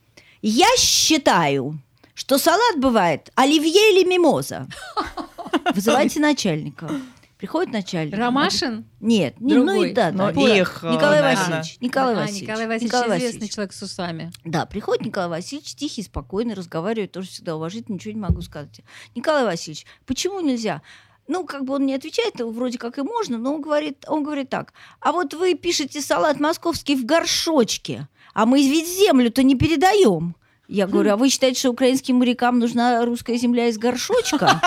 S2: Я считаю, что салат бывает оливье или мимоза. Вызывайте начальника. Приходит начальник.
S1: Ромашин?
S2: Нет, не, ну
S1: Другой.
S2: и да,
S3: Но
S2: да.
S3: их, э,
S2: Николай
S3: наверное.
S2: Васильевич. Николай
S1: А,
S2: Васильевич.
S1: Николай Васильевич
S2: Николай
S1: известный
S2: Васильевич.
S1: человек с усами.
S2: Да, приходит Николай Васильевич, тихий, спокойный, разговаривает, тоже всегда уважительно, ничего не могу сказать. Николай Васильевич, почему нельзя? Ну, как бы он не отвечает, вроде как и можно, но он говорит, он говорит так. А вот вы пишете салат московский в горшочке, а мы ведь землю-то не передаем. Я говорю, а вы считаете, что украинским морякам нужна русская земля из горшочка?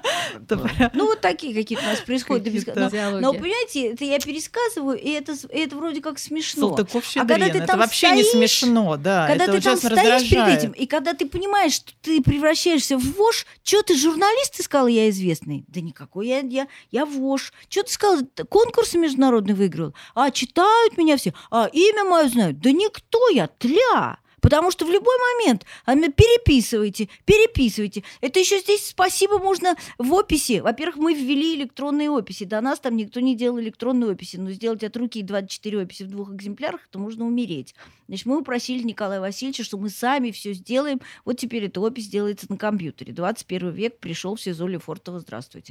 S2: Ну, вот такие какие-то у нас происходят.
S3: Какие-то
S2: Но,
S1: диалоги.
S2: но, понимаете, это я пересказываю, и это, и это вроде как смешно.
S3: Салтыков-Щедрин.
S2: А когда ты
S3: Это
S2: там
S3: вообще не
S2: стоишь,
S3: смешно, да.
S2: Когда
S3: это
S2: ты там
S3: ужасно
S2: стоишь перед
S3: раздражает.
S2: этим, и когда ты понимаешь, что ты превращаешься в вошь, что ты журналист, ты сказал, я известный? Да никакой, я, я, я вошь. Что ты сказал, конкурсы международные выиграл? А, читают меня все, а имя мое знают? Да никто я, тля. Потому что в любой момент а, переписывайте, переписывайте. Это еще здесь спасибо можно в описи. Во-первых, мы ввели электронные описи. До нас там никто не делал электронные описи. Но сделать от руки двадцать четыре описи в двух экземплярах, это можно умереть. Значит, мы упросили Николая Васильевича, что мы сами все сделаем. Вот теперь эта опись делается на компьютере. двадцать первый век, пришел в СИЗО Лефортово. Здравствуйте.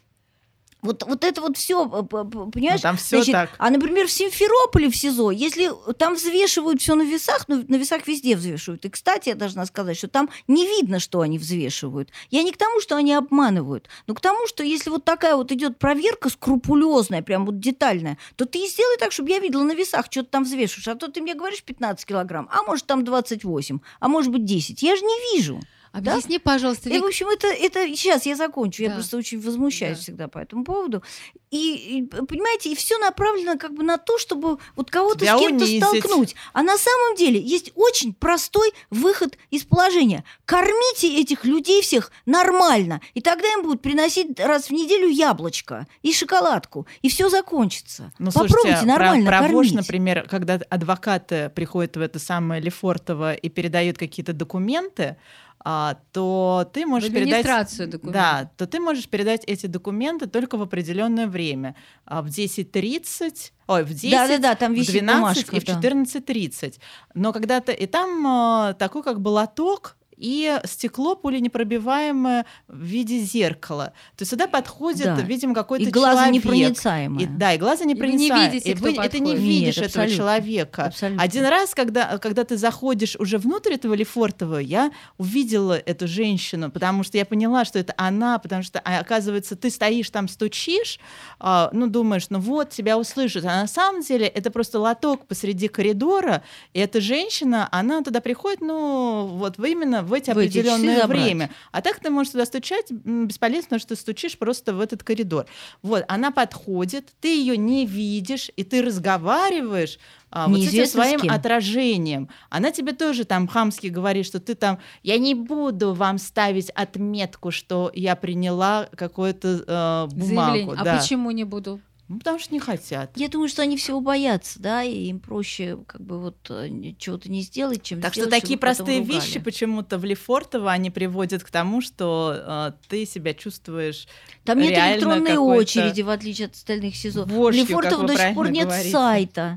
S2: Вот, вот это вот все, понимаешь?
S3: Ну, там всё так.
S2: А, например, в Симферополе в СИЗО, если там взвешивают все на весах, ну, на весах везде взвешивают. И, кстати, я должна сказать, что там не видно, что они взвешивают. Я не к тому, что они обманывают, но к тому, что если вот такая вот идет проверка скрупулезная, прям вот детальная, то ты и сделай так, чтобы я видела на весах, что ты там взвешиваешь. А то ты мне говоришь пятнадцать килограмм, а может там двадцать восемь, а может быть десять. Я же не вижу.
S1: Объясни, пожалуйста,
S2: И,
S1: Вик,
S2: в общем, это, это сейчас я закончу. Я
S1: Да.
S2: просто очень возмущаюсь
S1: Да.
S2: всегда по этому поводу. И, и, понимаете, и все направлено как бы на то, чтобы вот кого-то
S3: Тебя
S2: с кем-то
S3: унизить.
S2: столкнуть. А на самом деле есть очень простой выход из положения. Кормите этих людей всех нормально, и тогда им будут приносить раз в неделю яблочко и шоколадку, и все закончится.
S3: Ну,
S2: Попробуйте
S3: слушайте,
S2: нормально
S3: про, про ВОЖ,
S2: кормить.
S3: например, когда адвокаты приходят в это самое Лефортово и передают какие-то документы, а, то ты можешь
S1: в
S3: передать...
S1: администрацию документов.
S3: Да, то ты можешь передать эти документы только в определенное время. А в десять тридцать, ой, в десять,
S2: да, да, да, там
S3: в
S2: висит
S3: двенадцать
S2: бумажка,
S3: и в
S2: да.
S3: четырнадцать тридцать. Но когда-то... И там а, такой как бы лоток, и стекло пуленепробиваемое в виде зеркала. То есть сюда подходит,
S2: Да.
S3: видимо, какой-то
S2: И
S3: человек.
S2: глазонепроницаемое.
S3: И, да, и
S1: вы
S3: глазонепроницаемое.
S1: не видите,
S3: И
S1: кто
S3: вы, и ты не
S1: подходит.
S3: видишь
S2: Нет,
S3: этого
S2: абсолютно.
S3: человека.
S2: Абсолютно.
S3: Один раз, когда, когда ты заходишь уже внутрь этого Лефортово, я увидела эту женщину, потому что я поняла, что это она, потому что, оказывается, ты стоишь там, стучишь, а, ну, думаешь, ну вот, тебя услышат. А на самом деле это просто лоток посреди коридора, и эта женщина, она туда приходит, ну, вот именно в эти
S2: В эти часы
S3: определенное
S2: забрать.
S3: время. А так ты можешь туда стучать, м, бесполезно, потому что ты стучишь просто в этот коридор. Вот, она подходит, ты ее не видишь, и ты разговариваешь а, вот с этим
S2: Неизвестно с
S3: своим
S2: кем.
S3: отражением. Она тебе тоже там хамски говорит, что ты там, я не буду вам ставить отметку, что я приняла какую-то э, бумагу.
S1: Заявление. А
S3: Да.
S1: почему не буду?
S3: Ну, потому что не хотят.
S2: Я думаю, что они всего боятся, да, и им проще как бы вот э, чего-то не сделать, чем
S3: Так что
S2: сделать,
S3: такие
S2: чтобы потом
S3: простые
S2: ругали.
S3: вещи почему-то в Лефортово они приводят к тому, что э, ты себя чувствуешь
S2: Там нет
S3: реально
S2: электронной
S3: какой-то
S2: очереди, в отличие от остальных СИЗО. В
S3: вошью, как
S2: Лефортово
S3: вы
S2: до сих
S3: правильно
S2: пор нет
S3: говорите.
S2: сайта.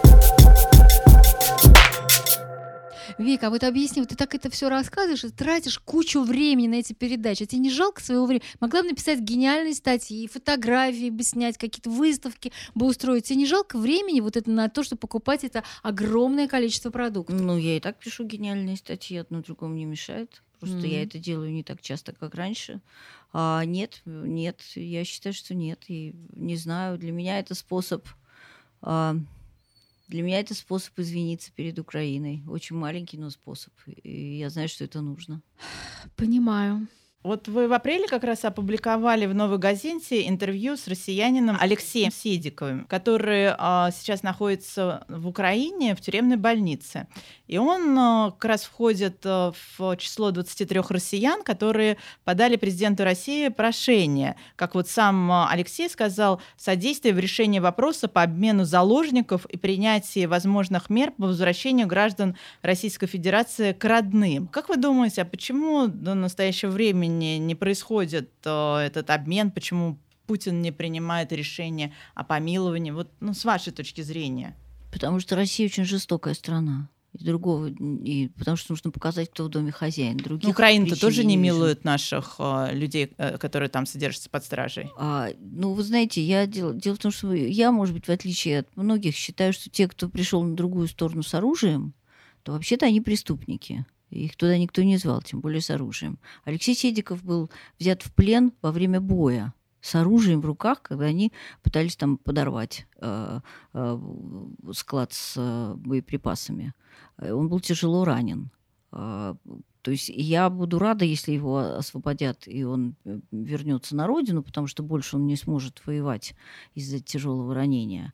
S1: Вика, а вот объясни, вот ты так это все рассказываешь и тратишь кучу времени на эти передачи. А тебе не жалко своего времени? Могла бы написать гениальные статьи, фотографии бы снять, какие-то выставки бы устроить. Тебе не жалко времени вот это на то, чтобы покупать это огромное количество продуктов?
S2: Ну, я и так пишу гениальные статьи, одно другому не мешает. Просто
S1: Мгм.
S2: я это делаю не так часто, как раньше. А, нет, нет, я считаю, что нет. И не знаю, для меня это способ... а, Для меня это способ извиниться перед Украиной. Очень маленький, но способ. И я знаю, что это нужно.
S1: Понимаю.
S3: Вот вы в апреле как раз опубликовали в «Новой газете» интервью с россиянином Алексеем Седиковым, который а, сейчас находится в Украине в тюремной больнице. И он а, как раз входит а, в число двадцати трёх россиян, которые подали президенту России прошение. Как вот сам а, Алексей сказал, содействие в решении вопроса по обмену заложников и принятии возможных мер по возвращению граждан Российской Федерации к родным. Как вы думаете, а почему до настоящего времени не происходит э, этот обмен, почему Путин не принимает решение о помиловании, вот, ну, с вашей точки зрения?
S2: Потому что Россия очень жестокая страна. И другого, и потому что нужно показать, кто в доме хозяин. Других
S3: Ну, Украина-то
S2: причин
S3: тоже
S2: я
S3: не
S2: вижу.
S3: милует наших э, людей, э, которые там содержатся под стражей.
S2: А, ну, вы знаете, я дело, дело в том, что я, может быть, в отличие от многих, считаю, что те, кто пришел на другую сторону с оружием, то вообще-то они преступники. Их туда никто не звал, тем более с оружием. Алексей Седиков был взят в плен во время боя с оружием в руках, когда они пытались там подорвать э, э, склад с э, боеприпасами. Он был тяжело ранен. Э, то есть я буду рада, если его освободят, и он вернется на родину, потому что больше он не сможет воевать из-за тяжелого ранения.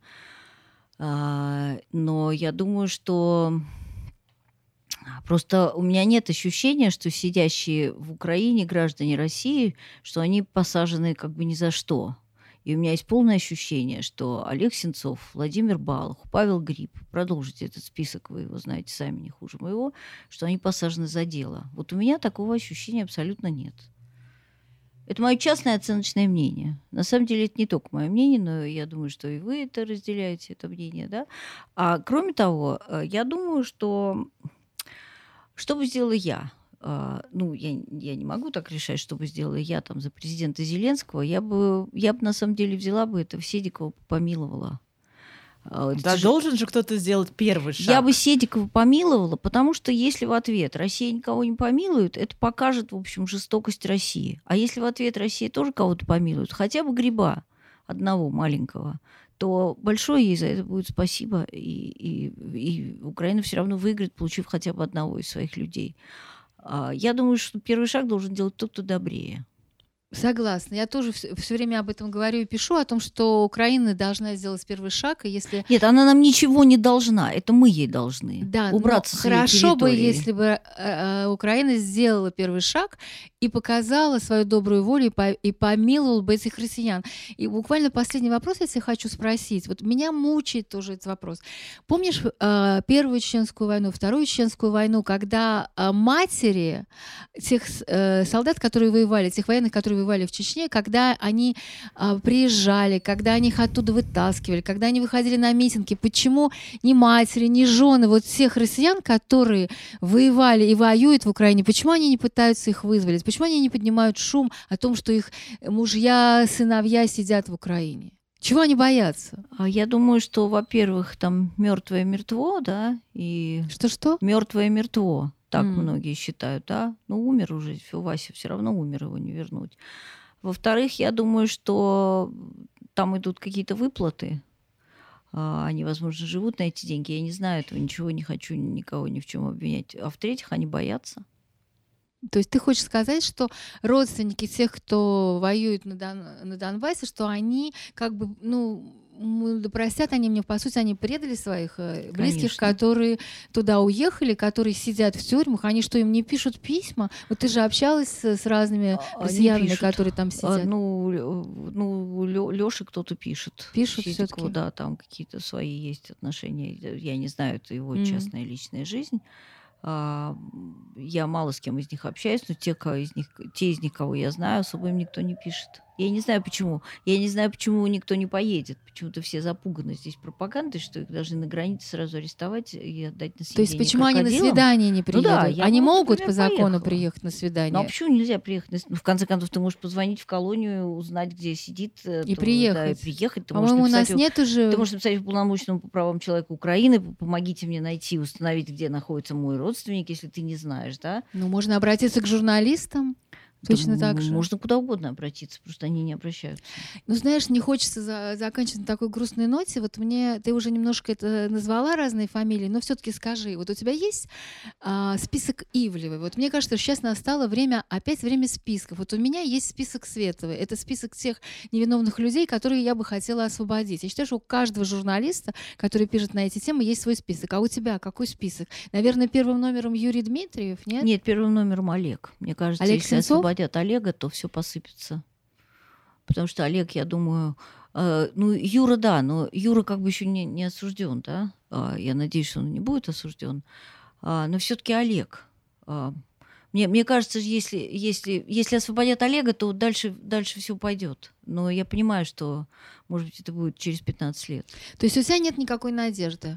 S2: Э, но я думаю, что... Просто у меня нет ощущения, что сидящие в Украине граждане России, что они посажены как бы ни за что. И у меня есть полное ощущение, что Олег Сенцов, Владимир Балух, Павел Гриб, продолжите этот список, вы его знаете сами не хуже моего, что они посажены за дело. Вот у меня такого ощущения абсолютно нет. Это мое частное оценочное мнение. На самом деле это не только мое мнение, но я думаю, что и вы это разделяете, это мнение, да. А кроме того, я думаю, что... Что бы сделала я? Uh, ну, я, я не могу так решать, что бы сделала я там за президента Зеленского. Я бы, я бы на самом деле взяла бы это, Седикова помиловала. Uh,
S3: Да,
S2: тяж...
S3: должен же кто-то сделать первый шаг.
S2: Я бы Седикова помиловала, потому что если в ответ Россия никого не помилует, это покажет, в общем, жестокость России. А если в ответ Россия тоже кого-то помилует, хотя бы Гриба одного маленького, то большое ей за это будет спасибо, и, и, и Украина все равно выиграет, получив хотя бы одного из своих людей. Я думаю, что первый шаг должен делать тот, кто добрее.
S1: Согласна. Я тоже все время об этом говорю и пишу, о том, что Украина должна сделать первый шаг, и если...
S2: Нет, она нам ничего не должна, это мы ей должны.
S1: Да,
S2: убраться
S1: но
S2: с её
S1: хорошо бы,
S2: территории.
S1: если бы э, Украина сделала первый шаг и показала свою добрую волю, и, по, и помиловала бы этих россиян. И буквально последний вопрос я тебя хочу спросить. Вот меня мучает тоже этот вопрос. Помнишь э, Первую Чеченскую войну, Вторую Чеченскую войну, когда э, матери тех э, солдат, которые воевали, тех военных, которые воевали в Чечне, когда они э, приезжали, когда они их оттуда вытаскивали, когда они выходили на митинги, почему ни матери, ни жены вот всех россиян, которые воевали и воюют в Украине, почему они не пытаются их вызволить, почему они не поднимают шум о том, что их мужья, сыновья сидят в Украине? Чего они боятся?
S2: А я думаю, что, во-первых, там мертвое мертво, да, и
S1: Что-что?
S2: мертвое мертво, так
S1: М.
S2: многие считают, да. Ну, умер уже, всё, Вася все равно умер, его не вернуть. Во-вторых, я думаю, что там идут какие-то выплаты, а, они, возможно, живут на эти деньги. Я не знаю этого, ничего не хочу никого ни в чем обвинять. А в-третьих, они боятся.
S1: То есть ты хочешь сказать, что родственники тех, кто воюет на, Дон, на Донбассе, что они как бы, ну, м, да простят они мне, по сути, они предали своих э, близких,
S2: Конечно.
S1: которые туда уехали, которые сидят в тюрьмах, они что, им не пишут письма? Вот ты же общалась с, с разными
S2: А, они
S1: россиянами,
S2: пишут.
S1: которые там
S2: А,
S1: сидят.
S2: ну, лё- ну, Лё- Лёше кто-то пишет.
S1: Пишут
S2: Ситикову,
S1: всё-таки?
S2: да, там какие-то свои есть отношения. Я не знаю, это его
S1: М.
S2: частная личная жизнь. А, я мало с кем из них общаюсь, но те, кого из них, те из них, кого я знаю, особо им никто не пишет. Я не знаю почему. Я не знаю, почему никто не поедет. Почему-то все запуганы здесь пропагандой, что их должны на границе сразу арестовать и отдать на
S1: То есть
S2: съедение
S1: почему они на
S2: крокодилам.
S1: свидание не
S2: Ну
S1: приедут?
S2: да, я
S1: они
S2: бы, вот,
S1: могут по
S2: например,
S1: закону
S2: поехала.
S1: приехать на
S2: Ну а
S1: свидание
S2: почему нельзя приехать? на с- Ну, в конце концов, ты можешь позвонить в колонию, узнать, где сидит, э,
S1: и
S2: то, да, и
S1: приехать?
S2: приехать. Ты можешь
S1: По-моему, у нас
S2: написать, в-
S1: нет
S2: ты
S1: уже...
S2: можешь написать уполномоченному по правам человека Украины: помогите мне найти, установить, где находится мой родственник, если ты не знаешь, да?
S1: Ну, можно обратиться к журналистам.
S2: Да,
S1: Точно так
S2: м,
S1: же.
S2: можно куда угодно обратиться, просто они не обращаются.
S1: Ну, знаешь, не хочется за- заканчивать на такой грустной ноте. Вот мне, ты уже немножко это назвала, разные фамилии, но все-таки скажи, вот у тебя есть а, список Ивлевой? Вот мне кажется, что сейчас настало время, опять время списков. Вот у меня есть список Световой. Это список тех невиновных людей, которые я бы хотела освободить. Я считаю, что у каждого журналиста, который пишет на эти темы, есть свой список. А у тебя какой список? Наверное, первым номером Юрий Дмитриев, нет?
S2: Нет, первым номером Олег. Мне кажется,
S1: Олег
S2: если
S1: Сенцов?
S2: освободят Олега, то все посыпется. Потому что Олег, я думаю, э, ну, Юра, да, но Юра как бы еще не, не осужден, да. А, я надеюсь, что он не будет осужден. А, но все-таки Олег. А, мне, мне кажется, если, если, если освободят Олега, то дальше, дальше все пойдет. Но я понимаю, что, может быть, это будет через пятнадцать лет.
S1: То есть у тебя нет никакой надежды?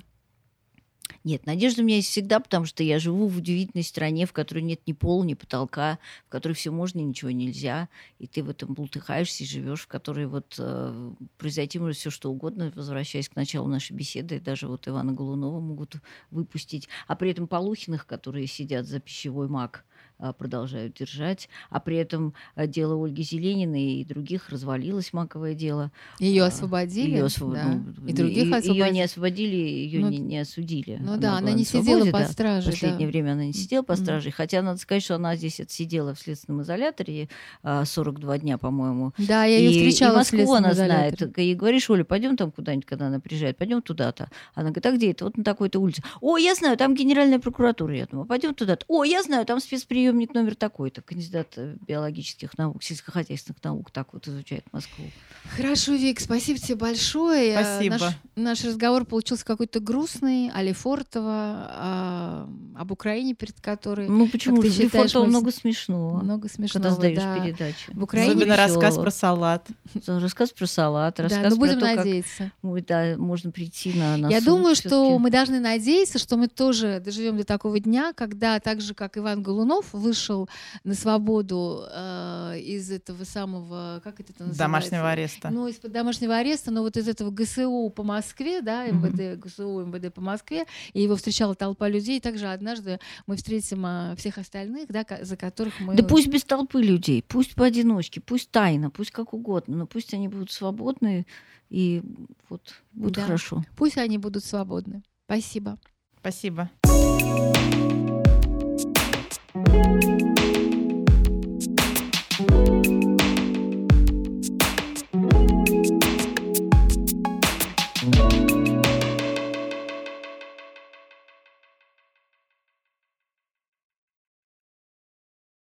S2: Нет, надежда у меня есть всегда, потому что я живу в удивительной стране, в которой нет ни пола, ни потолка, в которой все можно и ничего нельзя, и ты в этом бултыхаешься и живешь, в которой вот э, произойти может все что угодно, возвращаясь к началу нашей беседы, даже вот Ивана Голунова могут выпустить, а при этом Полухиных, которые сидят за пищевой мак, э, продолжают держать, а при этом э, дело Ольги Зелениной и других развалилось, маковое дело.
S1: Ее освободили?
S2: Ее освоб...
S1: Да.
S2: ну,
S1: И других
S2: ее
S1: освободили?
S2: не освободили, ее
S1: Ну,
S2: не, не осудили.
S1: Ну да, она
S2: была
S1: не
S2: на
S1: сидела
S2: свободе,
S1: под
S2: да.
S1: стражей.
S2: В последнее
S1: да.
S2: время она не сидела под
S1: Мгм.
S2: стражей, хотя надо сказать, что она здесь отсидела в следственном изоляторе а, сорок два дня, по-моему.
S1: Да, я ее
S2: И, и
S1: встречала в
S2: Москву
S1: следственном
S2: она
S1: изоляторе.
S2: знает. Ей говоришь: Оля, пойдем там куда-нибудь, когда она приезжает, пойдем туда-то. Она говорит: а где это? Вот на такой-то улице. О, я знаю, там Генеральная прокуратура. Я думаю: пойдем туда-то. О, я знаю, там спецприемник номер такой-то. Кандидат э, биологических наук, сельскохозяйственных наук. Так вот изучает Москву.
S1: Хорошо, Вик, спасибо тебе большое. А,
S3: Спасибо.
S1: Наш, наш разговор получился какой-то грустный, о Лефортово, а, об Украине, перед которой
S2: Ну почему
S1: ты
S2: же? В
S1: считаешь,
S2: Лефортово
S1: мы с-
S2: много смешного.
S1: много смешного.
S2: Когда сдаешь
S1: да.
S2: передачи.
S1: В Украине
S3: Особенно
S2: весёлого.
S3: рассказ про салат.
S2: Рассказ про салат,
S1: Да,
S2: рассказ
S1: но
S2: про
S1: будем
S2: то, как
S1: надеяться.
S2: ой, да, можно прийти на, на
S1: Я
S2: суд
S1: думаю, что
S2: всё-таки.
S1: мы должны надеяться, что мы тоже доживем до такого дня, когда так же, как Иван Голунов вышел на свободу э, из этого самого, как это называется?
S3: Домашнего ареста.
S1: Ну, из-под домашнего ареста, но вот из этого ГСУ по Москве, да, МВД, ГСУ, МВД по Москве, и его встречала толпа людей. Также однажды мы встретим а, всех остальных, да, ка- за которых мы...
S2: Да пусть без толпы людей, пусть поодиночке, пусть тайно, пусть как угодно, но пусть они будут свободны, и вот будет
S1: Да.
S2: хорошо.
S1: Пусть они будут свободны. Спасибо.
S3: Спасибо.